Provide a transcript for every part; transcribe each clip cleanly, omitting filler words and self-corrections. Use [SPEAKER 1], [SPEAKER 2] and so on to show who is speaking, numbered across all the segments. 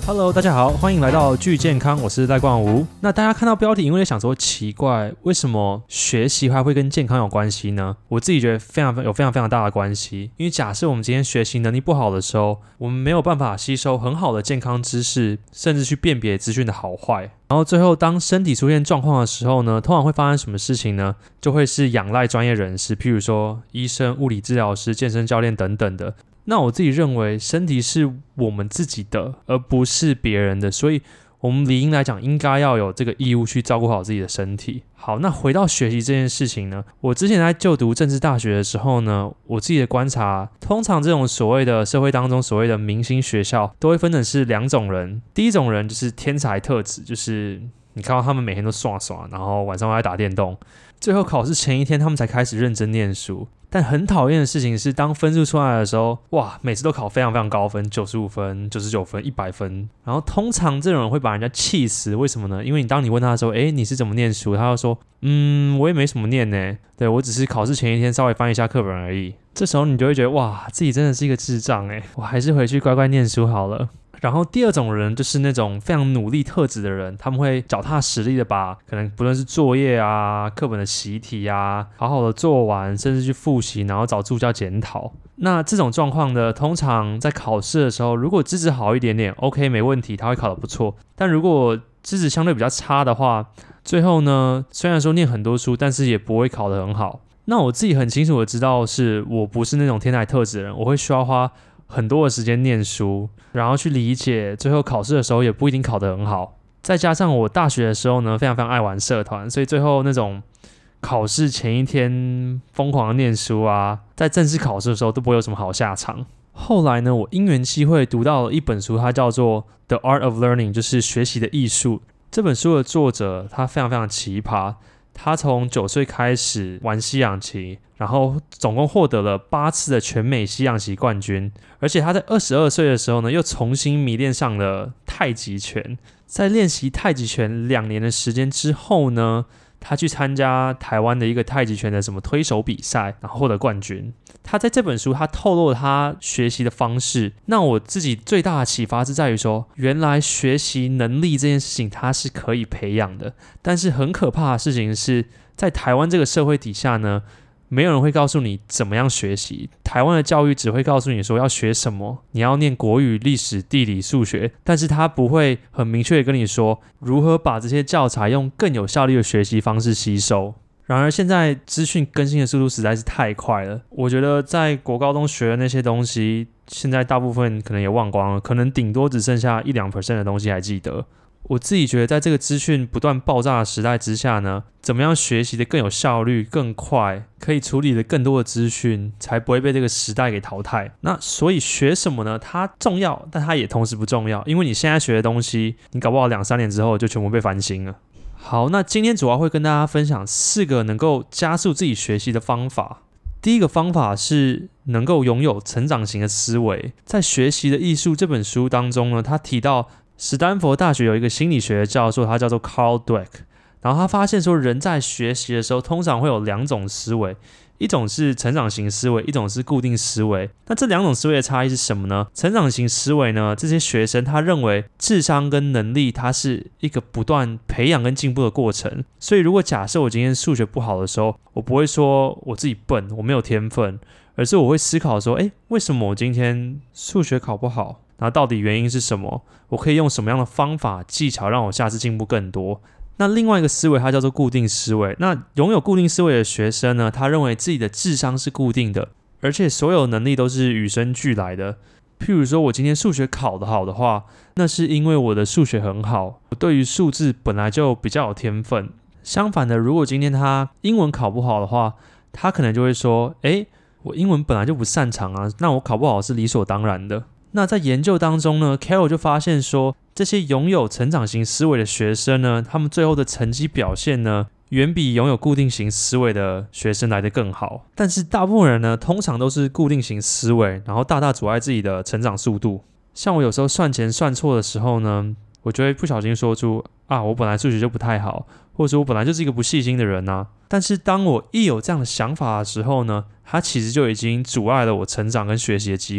[SPEAKER 1] Hello， 大家好，欢迎来到巨健康，我是赖冠吾。那大家看到标题，因为想说奇怪，为什么学习还会跟健康有关系呢？我自己觉得有非常大的关系。因为假设我们今天学习能力不好的时候，我们没有办法吸收很好的健康知识，甚至去辨别资讯的好坏。然后最后当身体出现状况的时候呢，通常会发生什么事情呢？就会是仰赖专业人士，譬如说医生、物理治疗师、健身教练等等的。那我自己认为身体是我们自己的，而不是别人的，所以我们理应来讲应该要有这个义务去照顾好自己的身体。好，那回到学习这件事情呢，我之前在就读政治大学的时候呢，我自己的观察，通常这种所谓的社会当中所谓的明星学校都会分成是两种人。第一种人就是天才特质，就是你看到他们每天都刷，然后晚上都在打电动，最后考试前一天他们才开始认真念书。但很讨厌的事情是，当分数出来的时候，哇，每次都考非常高分，95分、99分、100分。然后通常这种人会把人家气死，为什么呢？因为当你问他说，你是怎么念书？他就说，我也没什么念呢，对，我只是考试前一天稍微翻一下课本而已。这时候你就会觉得，哇，自己真的是一个智障我还是回去乖乖念书好了。然后第二种人就是那种非常努力特质的人，他们会脚踏实地的把可能不论是作业啊、课本的习题啊，好好的做完，甚至去复习，然后找助教检讨。那这种状况呢，通常在考试的时候，如果资质好一点点 ，OK 没问题，他会考得不错。但如果资质相对比较差的话，最后呢，虽然说念很多书，但是也不会考得很好。那我自己很清楚的知道，是我不是那种天才特质的人，我会需要花很多的时间念书，然后去理解，最后考试的时候也不一定考得很好。再加上我大学的时候呢，非常爱玩社团，所以最后那种考试前一天疯狂的念书啊，在正式考试的时候都不会有什么好下场。后来呢，我因缘际会读到了一本书，它叫做 The Art of Learning， 就是学习的艺术。这本书的作者他非常奇葩，他从9岁开始玩西洋棋，然后总共获得了8次的全美西洋棋冠军，而且他在22岁的时候呢，又重新迷恋上了太极拳。在练习太极拳2年的时间之后呢，他去参加台湾的一个太极拳的什么推手比赛，然后获得冠军。他在这本书他透露了他学习的方式。那我自己最大的启发是在于说，原来学习能力这件事情它是可以培养的，但是很可怕的事情是在台湾这个社会底下呢，没有人会告诉你怎么样学习。台湾的教育只会告诉你说要学什么，你要念国语、历史、地理、数学，但是他不会很明确的跟你说如何把这些教材用更有效率的学习方式吸收。然而现在资讯更新的速度实在是太快了，我觉得在国高中学的那些东西，现在大部分可能也忘光了，可能顶多只剩下1-2% 的东西还记得。我自己觉得在这个资讯不断爆炸的时代之下呢，怎么样学习的更有效率、更快，可以处理的更多的资讯，才不会被这个时代给淘汰。那所以学什么呢？它重要，但它也同时不重要，因为你现在学的东西，你搞不好2-3年之后就全部被翻新了。好，那今天主要会跟大家分享4个能够加速自己学习的方法。第一个方法是能够拥有成长型的思维。在《学习的艺术》这本书当中呢，他提到史丹佛大学有一个心理学的教授，他叫做 Carl Dweck， 然后他发现说，人在学习的时候通常会有2种思维，一种是成长型思维，一种是固定思维。那这2种思维的差异是什么呢？成长型思维呢，这些学生他认为智商跟能力它是一个不断培养跟进步的过程，所以如果假设我今天数学不好的时候，我不会说我自己笨，我没有天分，而是我会思考说，为什么我今天数学考不好？那到底原因是什么？我可以用什么样的方法技巧让我下次进步更多？那另外一个思维它叫做固定思维。那拥有固定思维的学生呢，他认为自己的智商是固定的，而且所有能力都是与生俱来的。譬如说我今天数学考得好的话，那是因为我的数学很好，我对于数字本来就比较有天分。相反的，如果今天他英文考不好的话，他可能就会说，我英文本来就不擅长啊，那我考不好是理所当然的。那在研究当中呢 Carol 就发现说，这些拥有成长型思维的学生呢，他们最后的成绩表现呢，远比拥有固定型思维的学生来得更好。但是大部分人呢，通常都是固定型思维，然后大大阻碍自己的成长速度。像我有时候算钱算错的时候呢，我就会不小心说出我本来数学就不太好，或者说我本来就是一个不细心的人啊。但是当我一有这样的想法的时候呢，它其实就已经阻碍了我成长跟学习的机会。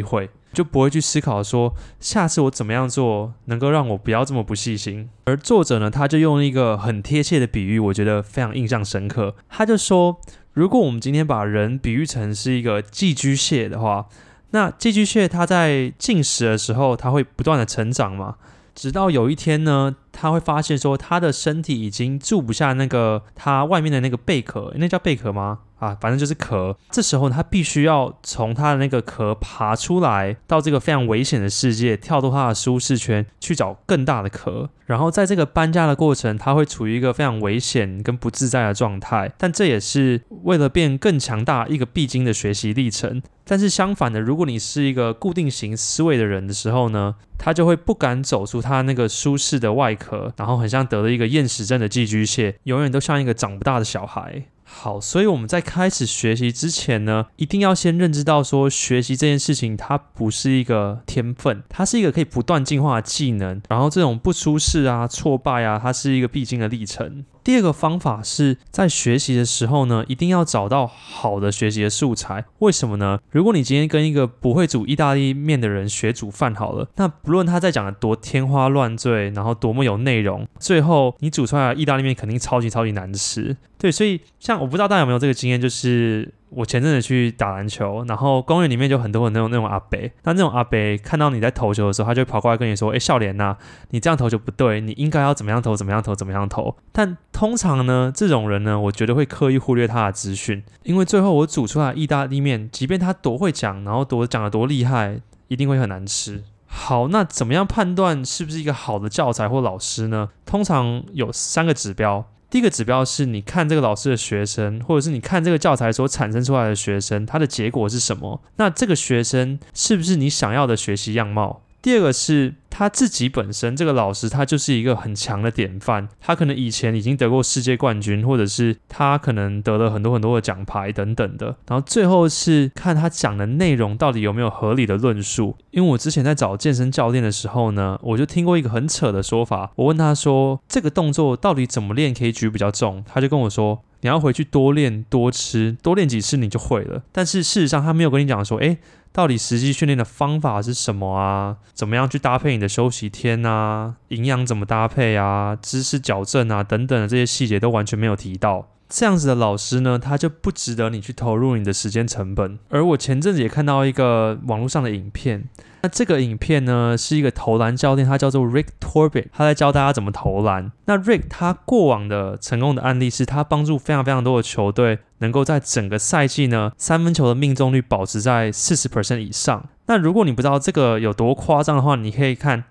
[SPEAKER 1] 就不会去思考说下次我怎么样做能够让我不要这么不细心。而作者呢，他就用一个很贴切的比喻，我觉得非常印象深刻。他就说，如果我们今天把人比喻成是一个寄居蟹的话，那寄居蟹它在进食的时候，它会不断的成长嘛，直到有一天呢，他会发现说他的身体已经住不下那个他外面的那个贝壳，那叫贝壳吗？反正就是壳。这时候他必须要从他的那个壳爬出来，到这个非常危险的世界，跳脱他的舒适圈，去找更大的壳。然后在这个搬家的过程，他会处于一个非常危险跟不自在的状态，但这也是为了变更强大一个必经的学习历程。但是相反的，如果你是一个固定型思维的人的时候呢，他就会不敢走出他那个舒适的外壳，然后很像得了一个厌食症的寄居蟹，永远都像一个长不大的小孩。好，所以我们在开始学习之前呢，一定要先认知到说，学习这件事情它不是一个天分，它是一个可以不断进化的技能，然后这种不舒适啊、挫败啊，它是一个必经的历程。第二个方法是在学习的时候呢，一定要找到好的学习的素材。为什么呢？如果你今天跟一个不会煮意大利面的人学煮饭好了，那不论他在讲的多天花乱坠，然后多么有内容，最后你煮出来的意大利面肯定超级超级难吃。对，所以像我不知道大家有没有这个经验，就是我前阵子去打篮球，然后公园里面就很多那种阿伯，那种阿伯看到你在投球的时候，他就会跑过来跟你说：“笑脸呐，你这样投球不对，你应该要怎么样投，怎么样投，怎么样投。”但通常呢，这种人呢，我觉得会刻意忽略他的资讯，因为最后我煮出来的意大利面，即便他多会讲，然后讲得多厉害，一定会很难吃。好，那怎么样判断是不是一个好的教材或老师呢？通常有3个指标。第一个指标是你看这个老师的学生，或者是你看这个教材所产生出来的学生，他的结果是什么？那这个学生是不是你想要的学习样貌？第二个是他自己本身，这个老师他就是一个很强的典范，他可能以前已经得过世界冠军，或者是他可能得了很多很多的奖牌等等的。然后最后是看他讲的内容到底有没有合理的论述。因为我之前在找健身教练的时候呢，我就听过一个很扯的说法，我问他说这个动作到底怎么练可以举比较重，他就跟我说你要回去多练多吃，多练几次你就会了。但是事实上他没有跟你讲说到底实际训练的方法是什么啊？怎么样去搭配你的休息天啊？营养怎么搭配啊？姿势矫正啊等等的这些细节都完全没有提到。这样子的老师呢，他就不值得你去投入你的时间成本。而我前阵子也看到一个网络上的影片，那这个影片呢是一个投篮教练，他叫做 Rick Torbett， 他在教大家怎么投篮。那 Rick 他过往的成功的案例是他帮助非常非常多的球队能够在整个赛季呢三分球的命中率保持在 40% 以上。那如果你不知道这个有多夸张的话，你可以看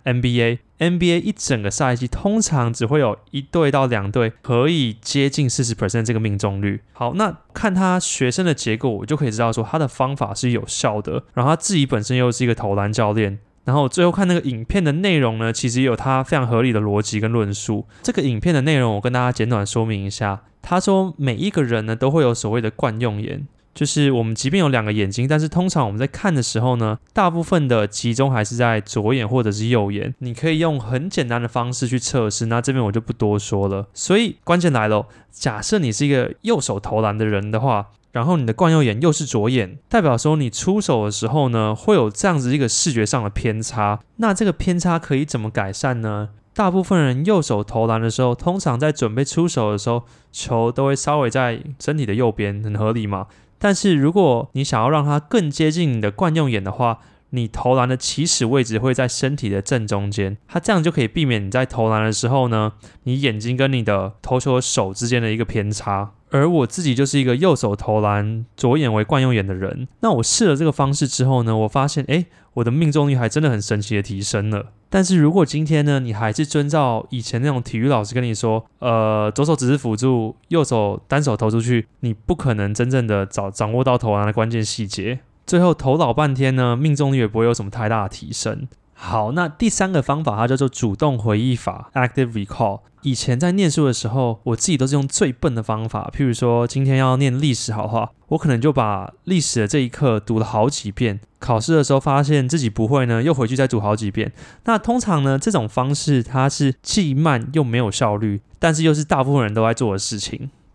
[SPEAKER 1] NBA 一整个赛季通常只会有1队到2队可以接近 40% 这个命中率。好，那看他学生的结果，我就可以知道说他的方法是有效的，然后他自己本身又是一个投篮教练。然后最后看那个影片的内容呢，其实也有他非常合理的逻辑跟论述。这个影片的内容我跟大家简短说明一下。他说每一个人呢都会有所谓的惯用眼，就是我们即便有2个眼睛，但是通常我们在看的时候呢，大部分的集中还是在左眼或者是右眼。你可以用很简单的方式去测试，那这边我就不多说了。所以关键来了，假设你是一个右手投篮的人的话，然后你的惯用眼又是左眼，代表说你出手的时候呢，会有这样子一个视觉上的偏差。那这个偏差可以怎么改善呢？大部分人右手投篮的时候，通常在准备出手的时候，球都会稍微在身体的右边，很合理嘛。但是如果你想要让它更接近你的惯用眼的话，你投篮的起始位置会在身体的正中间，它这样就可以避免你在投篮的时候呢，你眼睛跟你的投球的手之间的一个偏差。而我自己就是一个右手投篮左眼为惯用眼的人，那我试了这个方式之后呢，我发现我的命中率还真的很神奇的提升了。但是如果今天呢，你还是遵照以前那种体育老师跟你说左手只是辅助，右手单手投出去，你不可能真正的掌握到投篮的关键细节，最后投老半天呢，命中率也不会有什么太大的提升。好，那第3个方法它叫做主动回忆法 Active Recall。 以前在念书的时候，我自己都是用最笨的方法，譬如说今天要念历史好话，我可能就把历史的这一课读了好几遍，考试的时候发现自己不会呢，又回去再读好几遍。那通常呢，这种方式它是既慢又没有效率，但是又是大部分人都在做的事情。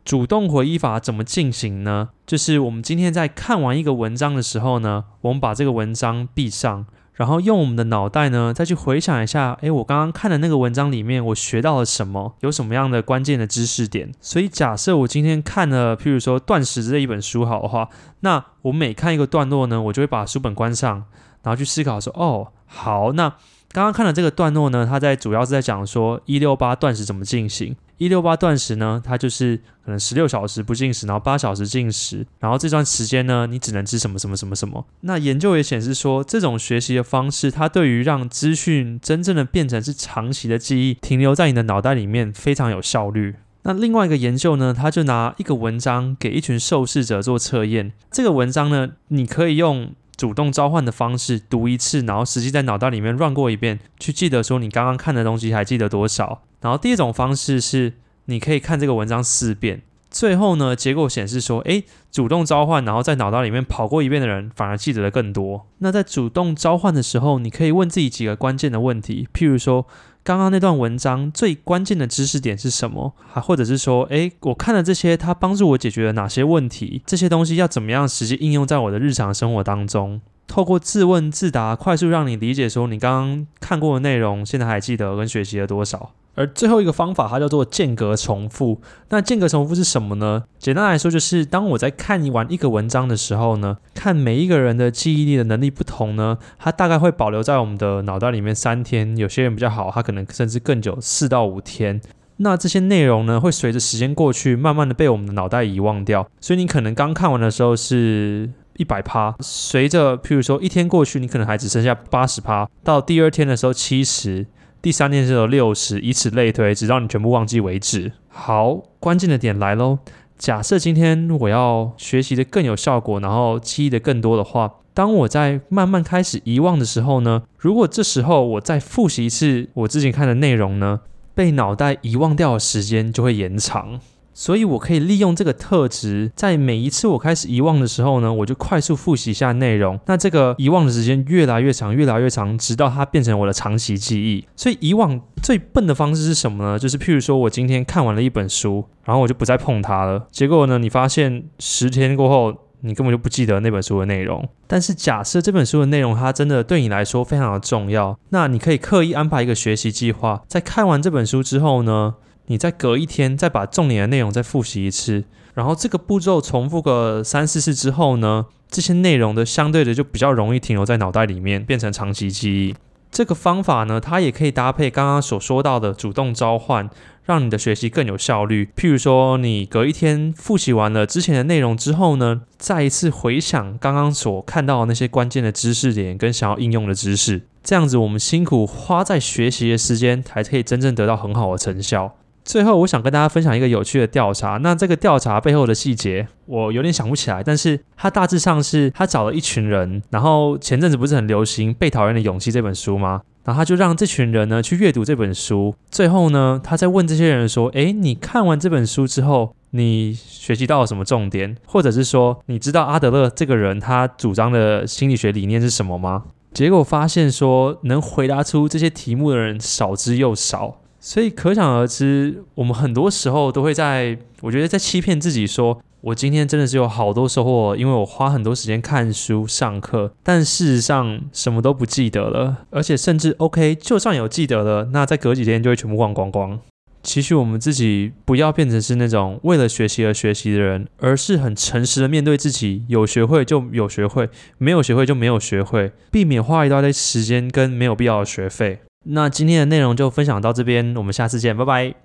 [SPEAKER 1] 主动回忆法怎么进行呢？就是我们今天在看完一个文章的时候呢，我们把这个文章闭上，然后用我们的脑袋呢再去回想一下，我刚刚看的那个文章里面我学到了什么，有什么样的关键的知识点。所以假设我今天看了譬如说断食这一本书好的话，那我每看一个段落呢，我就会把书本关上，然后去思考说好，那刚刚看的这个段落呢，它主要是在讲说168断食怎么进行。168断食呢，它就是可能16小时不进食，然后8小时进食，然后这段时间呢，你只能吃什么什么什么什么。那研究也显示说，这种学习的方式，它对于让资讯真正的变成是长期的记忆，停留在你的脑袋里面非常有效率。那另外一个研究呢，他就拿一个文章给一群受试者做测验。这个文章呢，你可以用主动召唤的方式读一次，然后实际在脑袋里面 run 过一遍，去记得说你刚刚看的东西还记得多少。然后第二种方式是你可以看这个文章4遍，最后呢结果显示说主动召唤然后在脑袋里面跑过一遍的人反而记得的更多。那在主动召唤的时候，你可以问自己几个关键的问题，譬如说刚刚那段文章最关键的知识点是什么，或者是说我看了这些它帮助我解决了哪些问题，这些东西要怎么样实际应用在我的日常生活当中。透过自问自答快速让你理解说你刚刚看过的内容现在还记得跟学习了多少。而最后一个方法它叫做间隔重复。那间隔重复是什么呢？简单来说就是当我在看完一个文章的时候呢，看每一个人的记忆力的能力不同呢，它大概会保留在我们的脑袋里面3天，有些人比较好，他可能甚至更久，4到5天。那这些内容呢会随着时间过去慢慢的被我们的脑袋遗忘掉，所以你可能刚看完的时候是100%，随着譬如说1天过去，你可能还只剩下80%，到第2天的时候70%，第3天的时候60%，以此类推，直到你全部忘记为止。好，关键的点来咯，假设今天我要学习的更有效果，然后记忆的更多的话，当我在慢慢开始遗忘的时候呢，如果这时候我再复习一次我之前看的内容呢，被脑袋遗忘掉的时间就会延长。所以我可以利用这个特质，在每一次我开始遗忘的时候呢，我就快速复习一下内容，那这个遗忘的时间越来越长越来越长，直到它变成我的长期记忆。所以以往最笨的方式是什么呢？就是譬如说我今天看完了一本书，然后我就不再碰它了，结果呢你发现10天过后你根本就不记得那本书的内容。但是假设这本书的内容它真的对你来说非常的重要，那你可以刻意安排一个学习计划，在看完这本书之后呢，你再隔1天再把重点的内容再复习一次，然后这个步骤重复个3-4次之后呢，这些内容的相对的就比较容易停留在脑袋里面，变成长期记忆。这个方法呢，它也可以搭配刚刚所说到的主动召唤，让你的学习更有效率。譬如说你隔1天复习完了之前的内容之后呢，再一次回想刚刚所看到的那些关键的知识点跟想要应用的知识，这样子我们辛苦花在学习的时间才可以真正得到很好的成效。最后我想跟大家分享一个有趣的调查，那这个调查背后的细节我有点想不起来，但是它大致上是他找了一群人，然后前阵子不是很流行《被讨厌的勇气》这本书吗？然后他就让这群人呢去阅读这本书，最后呢他在问这些人说你看完这本书之后你学习到了什么重点，或者是说你知道阿德勒这个人他主张的心理学理念是什么吗？结果发现说能回答出这些题目的人少之又少。所以可想而知，我们很多时候都会我觉得在欺骗自己说，我今天真的是有好多收获，因为我花很多时间看书上课，但事实上什么都不记得了，而且甚至 OK 就算有记得了，那再隔几天就会全部忘光光。期许我们自己不要变成是那种为了学习而学习的人，而是很诚实的面对自己，有学会就有学会，没有学会就没有学会，避免花一大堆时间跟没有必要的学费。那今天的内容就分享到这边，我们下次见，拜拜。